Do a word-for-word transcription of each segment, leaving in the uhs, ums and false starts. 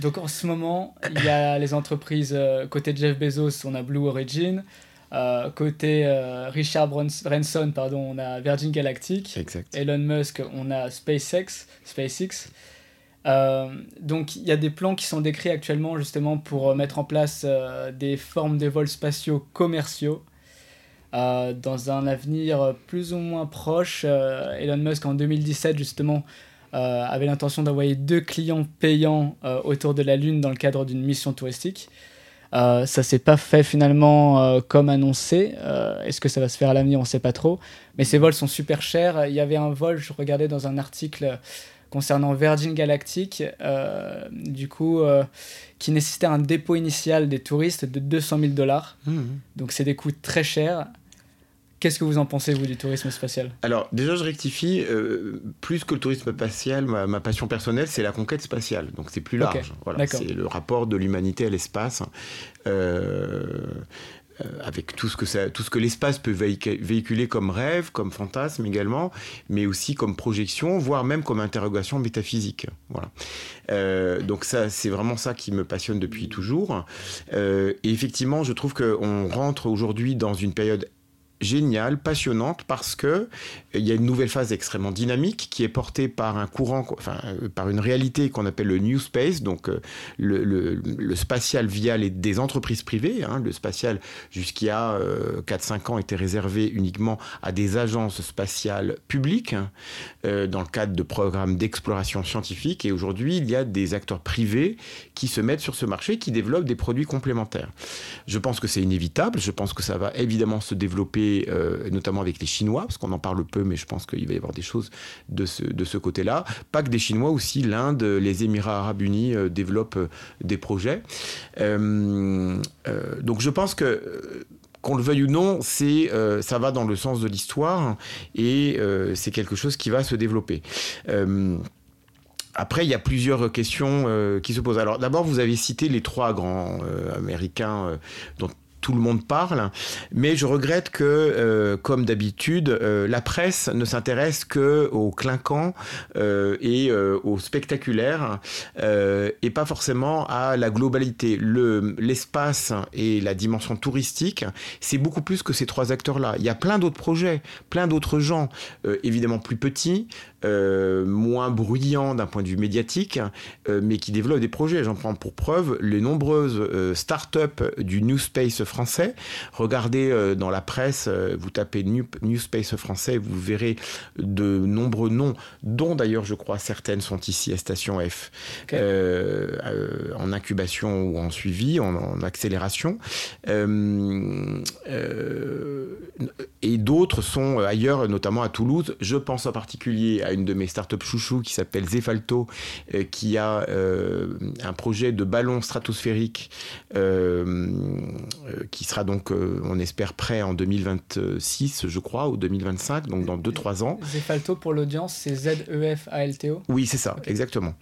donc en ce moment, il y a les entreprises, euh, côté Jeff Bezos, on a Blue Origin, euh, côté euh, Richard Branson, pardon, on a Virgin Galactic, exact. Elon Musk, on a SpaceX, SpaceX. Euh, donc il y a des plans qui sont décrits actuellement justement pour mettre en place euh, des formes de vols spatiaux commerciaux. Euh, dans un avenir plus ou moins proche, euh, Elon Musk en deux mille dix-sept justement euh, avait l'intention d'envoyer deux clients payants euh, autour de la Lune dans le cadre d'une mission touristique. Euh, ça s'est pas fait finalement euh, comme annoncé. Euh, est-ce que ça va se faire à l'avenir? On sait pas trop. Mais ces vols sont super chers. Il y avait un vol, je regardais dans un article concernant Virgin Galactic, euh, du coup, euh, qui nécessitait un dépôt initial des touristes de deux cent mille dollars. Mmh. Donc c'est des coûts très chers. Qu'est-ce que vous en pensez, vous, du tourisme spatial? Alors, déjà, je rectifie, euh, plus que le tourisme spatial, ma, ma passion personnelle, c'est la conquête spatiale. Donc, c'est plus large. Okay. Voilà, c'est le rapport de l'humanité à l'espace, euh, euh, avec tout ce que, ça, tout ce que l'espace peut véhiculer comme rêve, comme fantasme également, mais aussi comme projection, voire même comme interrogation métaphysique. Voilà. Euh, donc, ça, c'est vraiment ça qui me passionne depuis toujours. Euh, et effectivement, je trouve qu'on rentre aujourd'hui dans une période géniale, passionnante, parce que il y a une nouvelle phase extrêmement dynamique qui est portée par un courant, enfin euh, par une réalité qu'on appelle le New Space, donc euh, le, le, le spatial via les, des entreprises privées. Hein, le spatial jusqu'il y a euh, quatre cinq ans était réservé uniquement à des agences spatiales publiques hein, euh, dans le cadre de programmes d'exploration scientifique. Et aujourd'hui, il y a des acteurs privés qui se mettent sur ce marché, qui développent des produits complémentaires. Je pense que c'est inévitable. Je pense que ça va évidemment se développer. Euh, notamment avec les Chinois, parce qu'on en parle peu, mais je pense qu'il va y avoir des choses de ce, de ce côté-là. Pas que des Chinois, aussi l'Inde, les Émirats Arabes Unis euh, développent euh, des projets. Euh, euh, donc je pense que qu'on le veuille ou non, c'est, euh, ça va dans le sens de l'histoire et euh, c'est quelque chose qui va se développer. Euh, Après, il y a plusieurs questions euh, qui se posent. Alors d'abord, vous avez cité les trois grands euh, américains euh, dont tout le monde parle, mais je regrette que, euh, comme d'habitude, euh, la presse ne s'intéresse qu'au clinquant euh, et euh, au spectaculaire euh, et pas forcément à la globalité. Le, l'espace et la dimension touristique, c'est beaucoup plus que ces trois acteurs-là. Il y a plein d'autres projets, plein d'autres gens, euh, évidemment plus petits, euh, moins bruyants d'un point de vue médiatique, euh, mais qui développent des projets. J'en prends pour preuve les nombreuses euh, start-up du New Space français. Regardez euh, dans la presse, euh, vous tapez New, New Space français, vous verrez de nombreux noms, dont d'ailleurs je crois certaines sont ici à Station F, okay. euh, euh, en incubation ou en suivi, en, en accélération. Euh, euh, et d'autres sont ailleurs, notamment à Toulouse. Je pense en particulier à une de mes startups chouchous qui s'appelle Zefalto, euh, qui a euh, un projet de ballon stratosphérique euh, qui sera donc, euh, on espère, prêt en deux mille vingt-six, je crois, ou deux mille vingt-cinq, donc dans deux trois ans. Zefalto, pour l'audience, c'est Z E F A L T O? Oui, c'est ça, okay. Exactement.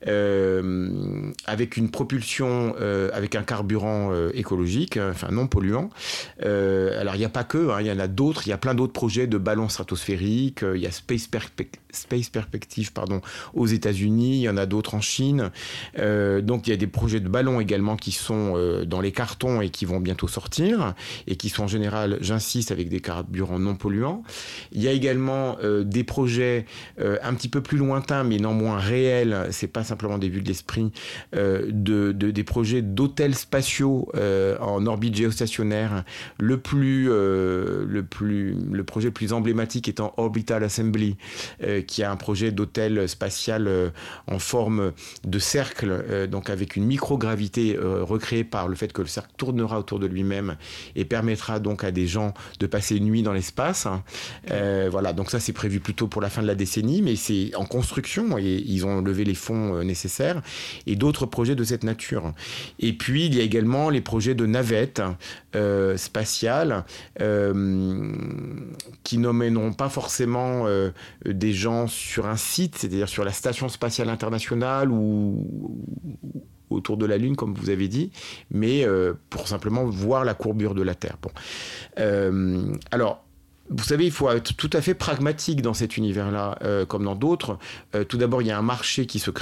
Euh, avec une propulsion, euh, avec un carburant euh, écologique, enfin non polluant. Euh, alors, il n'y a pas que, hein, il y en a d'autres, il y a plein d'autres projets de ballons stratosphériques, il y a Space, Perpe- Space Perspective pardon, aux États-Unis, il y en a d'autres en Chine. Euh, donc, il y a des projets de ballons également qui sont euh, dans les cartons et qui vont bientôt sortir et qui sont en général, j'insiste, avec des carburants non polluants. Il y a également euh, des projets euh, un petit peu plus lointains, mais non moins réels, c'est pas simplement des vues de l'esprit, euh, de, de, des projets d'hôtels spatiaux euh, en orbite géostationnaire. Le, plus, euh, le, plus, le projet le plus emblématique étant Orbital Assembly, euh, qui a un projet d'hôtel spatial euh, en forme de cercle, euh, donc avec une microgravité euh, recréée par le fait que le cercle tournera autour de lui-même et permettra donc à des gens de passer une nuit dans l'espace. Euh, voilà, donc ça c'est prévu plutôt pour la fin de la décennie, mais c'est en construction et ils ont levé les fonds nécessaires et d'autres projets de cette nature. Et puis il y a également les projets de navettes euh, spatiales euh, qui n'emmèneront pas forcément euh, des gens sur un site, c'est-à-dire sur la station spatiale internationale ou autour de la Lune, comme vous avez dit, mais euh, pour simplement voir la courbure de la Terre. Bon. Euh, alors, vous savez, il faut être tout à fait pragmatique dans cet univers-là, euh, comme dans d'autres. Euh, tout d'abord, il y a un marché qui se crée.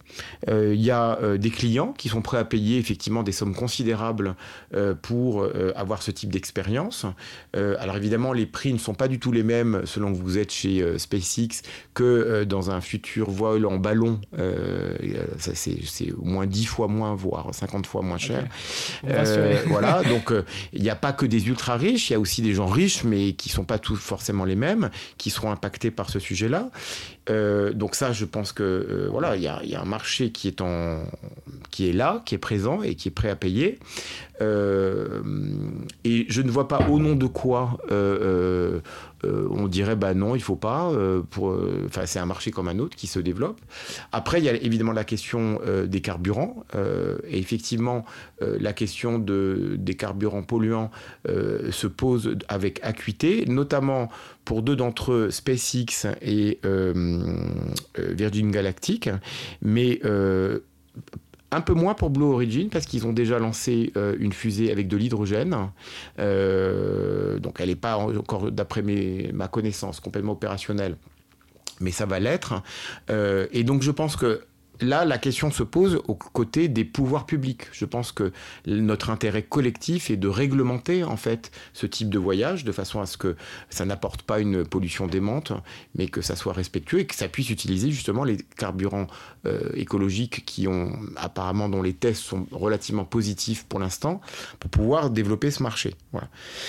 Il euh, y a euh, des clients qui sont prêts à payer effectivement des sommes considérables euh, pour euh, avoir ce type d'expérience. Euh, alors évidemment, les prix ne sont pas du tout les mêmes selon que vous êtes chez euh, SpaceX que euh, dans un futur vol en ballon. Euh, ça, c'est, c'est au moins dix fois moins, voire cinquante fois moins cher. Okay. Euh, voilà, donc il euh, n'y a pas que des ultra riches, il y a aussi des gens riches, mais qui ne sont pas tous forcément les mêmes, qui seront impactés par ce sujet-là. Euh, donc ça, je pense que euh, voilà, il y a, y a un marché qui est en, qui est là, qui est présent et qui est prêt à payer. Euh, et je ne vois pas au nom de quoi euh, euh, on dirait bah non, il faut pas. Euh, pour, enfin, c'est un marché comme un autre qui se développe. Après, il y a évidemment la question euh, des carburants euh, et effectivement euh, la question de des carburants polluants euh, se pose avec acuité, notamment pour deux d'entre eux, SpaceX et euh, Virgin Galactic, mais euh, un peu moins pour Blue Origin parce qu'ils ont déjà lancé euh, une fusée avec de l'hydrogène. Euh, donc elle n'est pas encore, d'après mes, ma connaissance, complètement opérationnelle, mais ça va l'être. Euh, et donc je pense que là, la question se pose aux côtés des pouvoirs publics. Je pense que notre intérêt collectif est de réglementer en fait ce type de voyage de façon à ce que ça n'apporte pas une pollution démente, mais que ça soit respectueux et que ça puisse utiliser justement les carburants euh, écologiques qui ont apparemment dont les tests sont relativement positifs pour l'instant pour pouvoir développer ce marché. Voilà.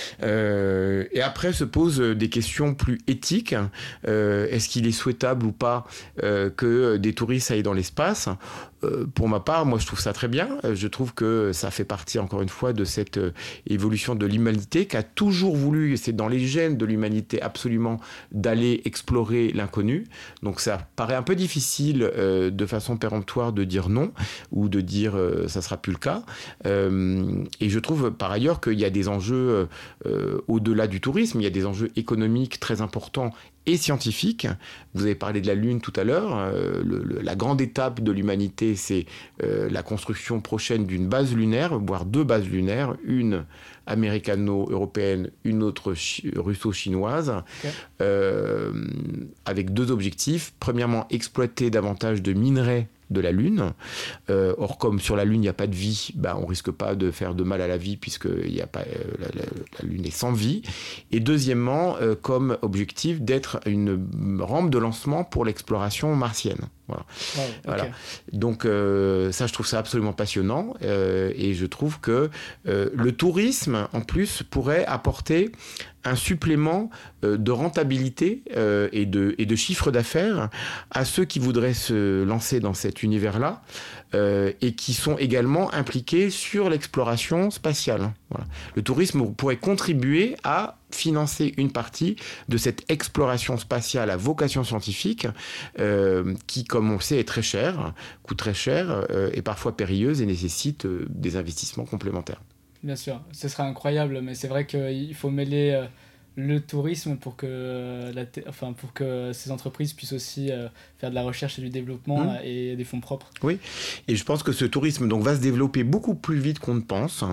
Euh, et après se posent des questions plus éthiques. Euh, est-ce qu'il est souhaitable ou pas euh, que des touristes aillent dans l'espace? Euh, pour ma part, moi je trouve ça très bien. Euh, je trouve que ça fait partie encore une fois de cette euh, évolution de l'humanité qui a toujours voulu, c'est dans les gènes de l'humanité absolument, d'aller explorer l'inconnu. Donc ça paraît un peu difficile euh, de façon péremptoire de dire non ou de dire euh, ça sera plus le cas. Euh, et je trouve par ailleurs qu'il y a des enjeux euh, au-delà du tourisme, il y a des enjeux économiques très importants et scientifique. Vous avez parlé de la Lune tout à l'heure. Euh, le, le, la grande étape de l'humanité, c'est euh, la construction prochaine d'une base lunaire, voire deux bases lunaires, une américano-européenne, une autre chi- russo-chinoise, okay. euh, avec deux objectifs. Premièrement, exploiter davantage de minerais de la Lune. Euh, or, comme sur la Lune, il n'y a pas de vie, bah, on ne risque pas de faire de mal à la vie puisque y a pas, euh, la, la, la Lune est sans vie. Et deuxièmement, euh, comme objectif d'être une rampe de lancement pour l'exploration martienne. Voilà. Wow, okay. Voilà. Donc euh, ça, je trouve ça absolument passionnant euh, et je trouve que euh, le tourisme, en plus, pourrait apporter un supplément euh, de rentabilité euh, et, de, et de chiffre d'affaires à ceux qui voudraient se lancer dans cet univers-là euh, et qui sont également impliqués sur l'exploration spatiale. Voilà. Le tourisme pourrait contribuer à financer une partie de cette exploration spatiale à vocation scientifique euh, qui, comme on le sait, est très chère, coûte très cher, euh, est parfois périlleuse et nécessite euh, des investissements complémentaires. Bien sûr, ce serait incroyable, mais c'est vrai qu'il faut mêler euh, le tourisme pour que, euh, la t- enfin, pour que ces entreprises puissent aussi euh, faire de la recherche et du développement mmh. et des fonds propres. Oui, et je pense que ce tourisme donc, va se développer beaucoup plus vite qu'on ne pense.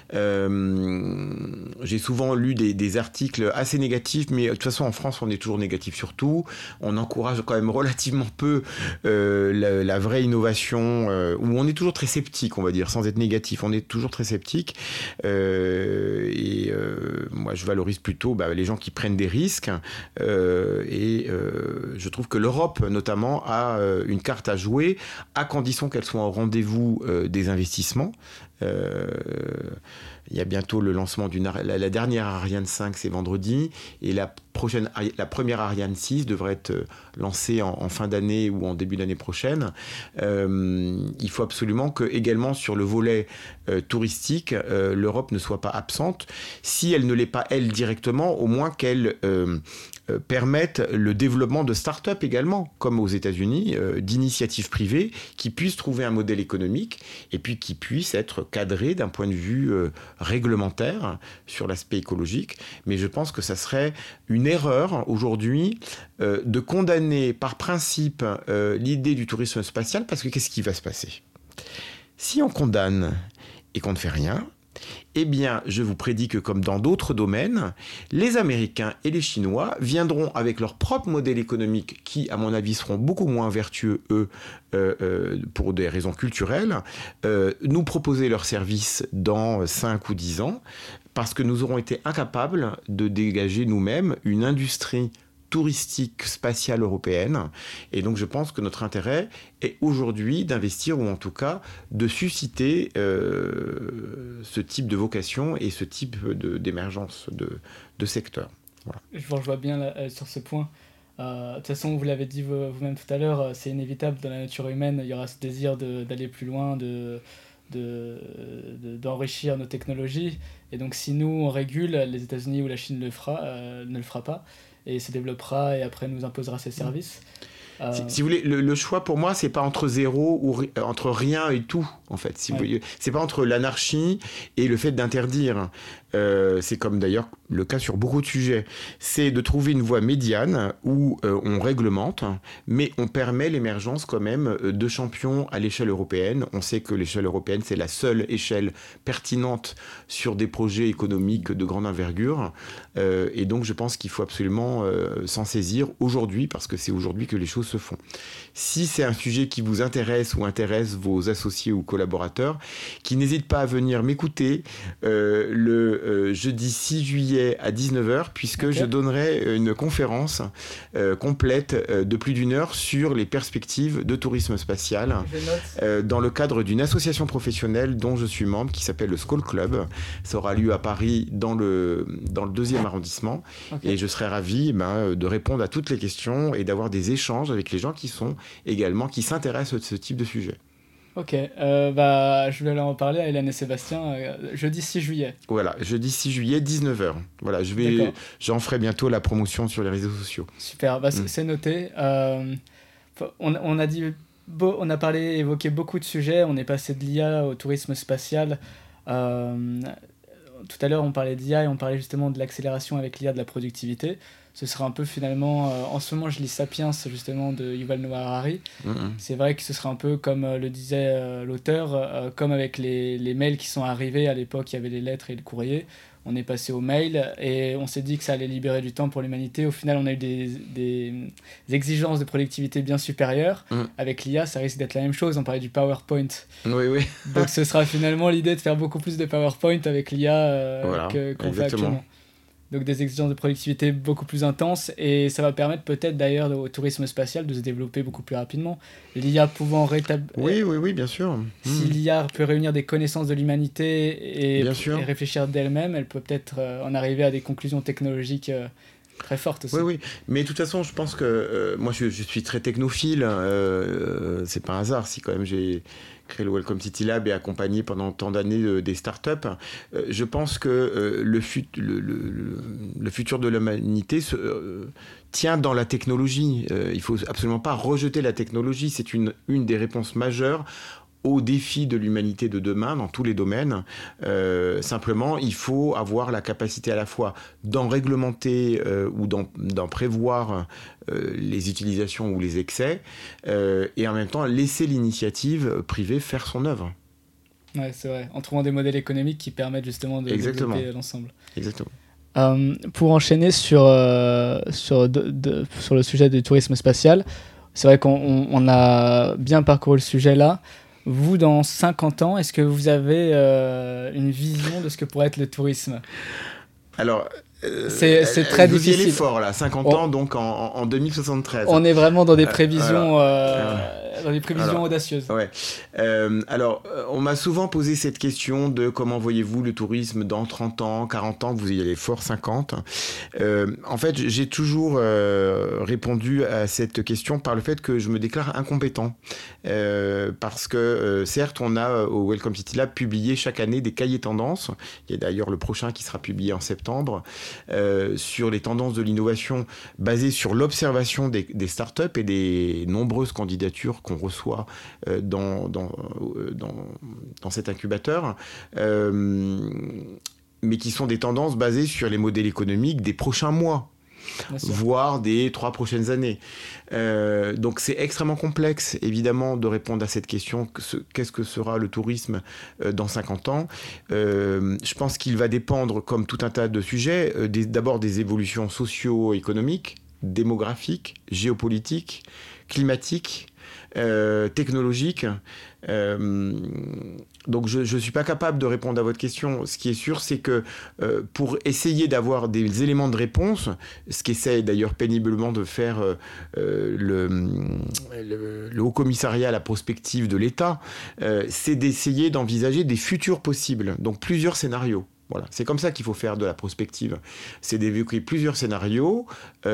Euh, j'ai souvent lu des, des articles assez négatifs, mais de toute façon en France on est toujours négatif sur tout. On encourage quand même relativement peu euh, la, la vraie innovation, euh, où on est toujours très sceptique, on va dire, sans être négatif, on est toujours très sceptique. Euh, et euh, moi je valorise plutôt bah, les gens qui prennent des risques euh, et euh, je trouve que l'Europe notamment a euh, une carte à jouer à condition qu'elle soit au rendez-vous euh, des investissements. Euh, il y a bientôt le lancement d'une la, la dernière Ariane cinq, c'est vendredi, et la prochaine, la première Ariane six devrait être lancée en, en fin d'année ou en début d'année prochaine. Euh, il faut absolument que également sur le volet euh, touristique, euh, l'Europe ne soit pas absente. Si elle ne l'est pas elle directement, au moins qu'elle euh, euh, permette le développement de start-up également, comme aux États-Unis, euh, d'initiatives privées qui puissent trouver un modèle économique et puis qui puissent être cadrées d'un point de vue euh, réglementaire sur l'aspect écologique. Mais je pense que ça serait une erreur aujourd'hui euh, de condamner par principe euh, l'idée du tourisme spatial, parce que qu'est-ce qui va se passer ? Si on condamne et qu'on ne fait rien, eh bien, je vous prédis que comme dans d'autres domaines, les Américains et les Chinois viendront avec leur propre modèle économique qui, à mon avis, seront beaucoup moins vertueux, eux, euh, euh, pour des raisons culturelles, euh, nous proposer leurs services dans cinq ou dix ans, parce que nous aurons été incapables de dégager nous-mêmes une industrie touristique spatiale européenne. Et donc je pense que notre intérêt est aujourd'hui d'investir, ou en tout cas de susciter euh, ce type de vocation et ce type de, d'émergence de, de secteur. Voilà. Je vous rejoins bien là, sur ce point. Euh, de toute façon, vous l'avez dit vous-même tout à l'heure, c'est inévitable dans la nature humaine, il y aura ce désir de, d'aller plus loin, de, de, de, d'enrichir nos technologies. Et donc si nous on régule, les États-Unis ou la Chine le fera, euh, ne le fera pas, et se développera et après nous imposera ses services. Euh... Si, si vous voulez, le, le choix pour moi, c'est pas entre zéro ou ri- entre rien et tout, en fait. Si ouais. vous voulez, c'est pas entre l'anarchie et le fait d'interdire. Euh, c'est comme d'ailleurs le cas sur beaucoup de sujets. C'est de trouver une voie médiane où euh, on réglemente, mais on permet l'émergence quand même de champions à l'échelle européenne. On sait que l'échelle européenne, c'est la seule échelle pertinente sur des projets économiques de grande envergure. Euh, et donc, je pense qu'il faut absolument euh, s'en saisir aujourd'hui, parce que c'est aujourd'hui que les choses se font. Si c'est un sujet qui vous intéresse ou intéresse vos associés ou collaborateurs, qui n'hésitent pas à venir m'écouter euh, le euh, jeudi six juillet à dix-neuf heures, puisque okay. je donnerai une conférence euh, complète euh, de plus d'une heure sur les perspectives de tourisme spatial euh, dans le cadre d'une association professionnelle dont je suis membre qui s'appelle le Skoll Club. Ça aura lieu à Paris dans le, dans le deuxième arrondissement okay. et je serai ravi ben, de répondre à toutes les questions et d'avoir des échanges avec les gens qui sont également, qui s'intéressent à ce type de sujet. Ok, euh, bah, je vais aller en parler à Hélène et Sébastien euh, jeudi six juillet. Voilà, jeudi six juillet, dix-neuf heures. Voilà, je vais, D'accord. j'en ferai bientôt la promotion sur les réseaux sociaux. Super, bah, mm. c'est noté. Euh, on, on a dit, beau, on a parlé, évoqué beaucoup de sujets. On est passé de l'I A au tourisme spatial. Euh, tout à l'heure, on parlait d'I A et on parlait justement de l'accélération avec l'I A de la productivité. Ce sera un peu finalement, euh, en ce moment je lis Sapiens justement de Yuval Noah Harari. Mmh. C'est vrai que ce sera un peu comme euh, le disait euh, l'auteur, euh, comme avec les, les mails qui sont arrivés à l'époque, il y avait les lettres et le courrier. On est passé au mail et on s'est dit que ça allait libérer du temps pour l'humanité. Au final, on a eu des, des, des exigences de productivité bien supérieures. Mmh. Avec l'I A, ça risque d'être la même chose. On parlait du PowerPoint. Oui, oui. Donc ce sera finalement l'idée de faire beaucoup plus de PowerPoint avec l'I A euh, voilà, que, qu'on fait actuellement. Donc des exigences de productivité beaucoup plus intenses et ça va permettre peut-être d'ailleurs au tourisme spatial de se développer beaucoup plus rapidement. L'I A pouvant rétablir... Oui, oui, oui, bien sûr. Si mmh. l'I A peut réunir des connaissances de l'humanité et, et réfléchir d'elle-même, elle peut peut-être euh, en arriver à des conclusions technologiques euh, très fortes aussi. Oui, oui. Mais de toute façon, je pense que... Euh, moi, je, je suis très technophile. Euh, c'est pas un hasard si quand même j'ai... créé le Welcome City Lab et accompagné pendant tant d'années euh, des startups. Euh, je pense que euh, le, fut, le, le, le futur de l'humanité se, euh, tient dans la technologie. Euh, il ne faut absolument pas rejeter la technologie. C'est une, une des réponses majeures aux défis de l'humanité de demain dans tous les domaines. Euh, simplement, il faut avoir la capacité à la fois d'en réglementer euh, ou d'en, d'en prévoir euh, les utilisations ou les excès euh, et en même temps laisser l'initiative privée faire son œuvre. Oui, c'est vrai. En trouvant des modèles économiques qui permettent justement de Exactement. développer l'ensemble. Exactement. Euh, pour enchaîner sur, euh, sur, de, de, sur le sujet du tourisme spatial, c'est vrai qu'on on, on a bien parcouru le sujet là. Vous, dans cinquante ans, est-ce que vous avez euh, une vision de ce que pourrait être le tourisme ? Alors, euh, c'est, c'est très vous difficile. Vous y allez fort, là, cinquante oh. ans, donc en, en deux mille soixante-treize. On est vraiment dans des prévisions, euh, euh, dans des prévisions alors, audacieuses. Ouais. Euh, alors, on m'a souvent posé cette question de comment voyez-vous le tourisme dans trente ans, quarante ans, vous y allez fort, cinquante. Euh, en fait, j'ai toujours euh, répondu à cette question par le fait que je me déclare incompétent. Euh, parce que, euh, certes, on a au Welcome City Lab publié chaque année des cahiers tendances. Il y a d'ailleurs le prochain qui sera publié en septembre. Euh, sur les tendances de l'innovation basées sur l'observation des, des startups et des nombreuses candidatures qu'on reçoit euh, dans, dans, euh, dans, dans cet incubateur, euh, mais qui sont des tendances basées sur les modèles économiques des prochains mois. voire des trois prochaines années. Euh, donc c'est extrêmement complexe, évidemment, de répondre à cette question, qu'est-ce que sera le tourisme euh, dans cinquante ans. Euh, je pense qu'il va dépendre, comme tout un tas de sujets, euh, des, d'abord des évolutions socio-économiques, démographiques, géopolitiques, climatiques, euh, technologiques. Euh, donc je ne suis pas capable de répondre à votre question. Ce qui est sûr, c'est que euh, pour essayer d'avoir des éléments de réponse, ce qu'essaie d'ailleurs péniblement de faire euh, le, le, le Haut Commissariat à la prospective de l'État, euh, c'est d'essayer d'envisager des futurs possibles, donc plusieurs scénarios. Voilà. C'est comme ça qu'il faut faire de la prospective. C'est d'évoquer plusieurs scénarios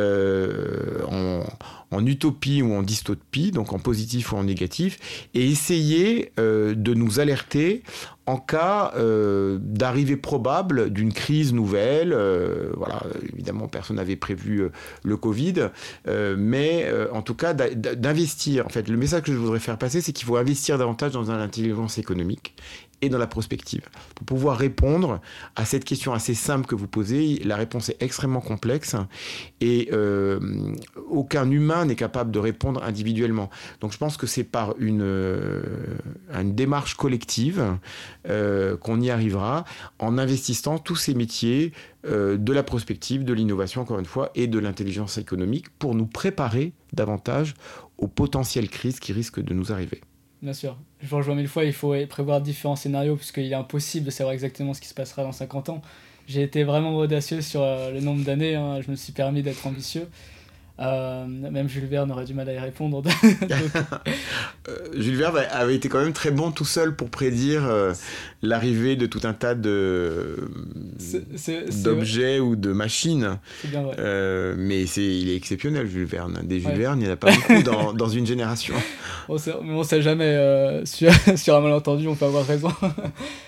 euh, en, en utopie ou en dystopie, donc en positif ou en négatif, et essayer euh, de nous alerter en cas euh, d'arrivée probable d'une crise nouvelle. Euh, voilà, évidemment, personne n'avait prévu euh, le Covid, euh, mais euh, en tout cas d'investir. En fait, le message que je voudrais faire passer, c'est qu'il faut investir davantage dans l'intelligence économique et dans la prospective. Pour pouvoir répondre à cette question assez simple que vous posez, la réponse est extrêmement complexe et euh, aucun humain n'est capable de répondre individuellement. Donc je pense que c'est par une, euh, une démarche collective euh, qu'on y arrivera en investissant tous ces métiers euh, de la prospective, de l'innovation encore une fois, et de l'intelligence économique pour nous préparer davantage aux potentielles crises qui risquent de nous arriver. Bien sûr, je vous rejoins mille fois, il faut prévoir différents scénarios puisqu'il est impossible de savoir exactement ce qui se passera dans cinquante ans. J'ai été vraiment audacieux sur euh, le nombre d'années, hein. Je me suis permis d'être ambitieux. Euh, même Jules Verne aurait du mal à y répondre. Donc... euh, Jules Verne avait été quand même très bon tout seul pour prédire euh, l'arrivée de tout un tas de c'est, c'est, d'objets c'est... ou de machines. C'est bien vrai. Euh, mais c'est, il est exceptionnel, Jules Verne. Des Jules ouais. Verne, il n'y en a pas beaucoup dans, dans une génération. On sait, on sait jamais. Euh, sur, sur un malentendu, on peut avoir raison.